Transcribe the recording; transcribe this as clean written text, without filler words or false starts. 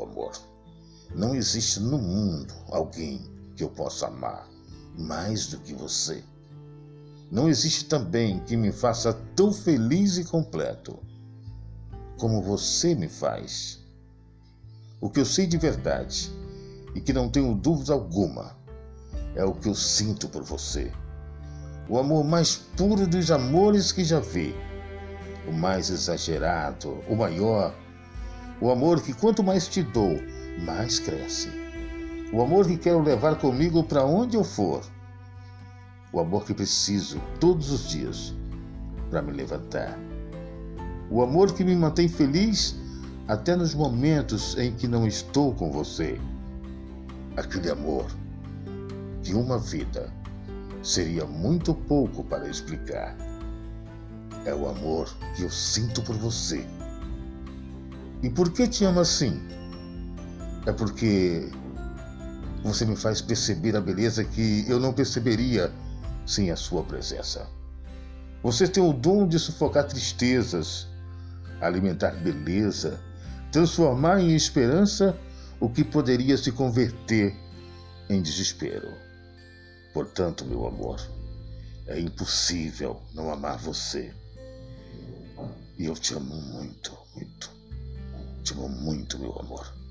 amor. Não existe no mundo alguém que eu possa amar mais do que você. Não existe também que me faça tão feliz e completo como você me faz. O que eu sei de verdade e que não tenho dúvida alguma é o que eu sinto por você. O amor mais puro dos amores que já vi. O mais exagerado, o maior. O amor que quanto mais te dou, mais cresce. O amor que quero levar comigo para onde eu for. O amor que preciso todos os dias para me levantar. O amor que me mantém feliz até nos momentos em que não estou com você. Aquele amor que uma vida seria muito pouco para explicar. É o amor que eu sinto por você. E por que te amo assim? É porque você me faz perceber a beleza que eu não perceberia sem a sua presença. Você tem o dom de sufocar tristezas, alimentar beleza, transformar em esperança o que poderia se converter em desespero. Portanto, meu amor, é impossível não amar você. E eu te amo muito, muito. Te amo muito, meu amor.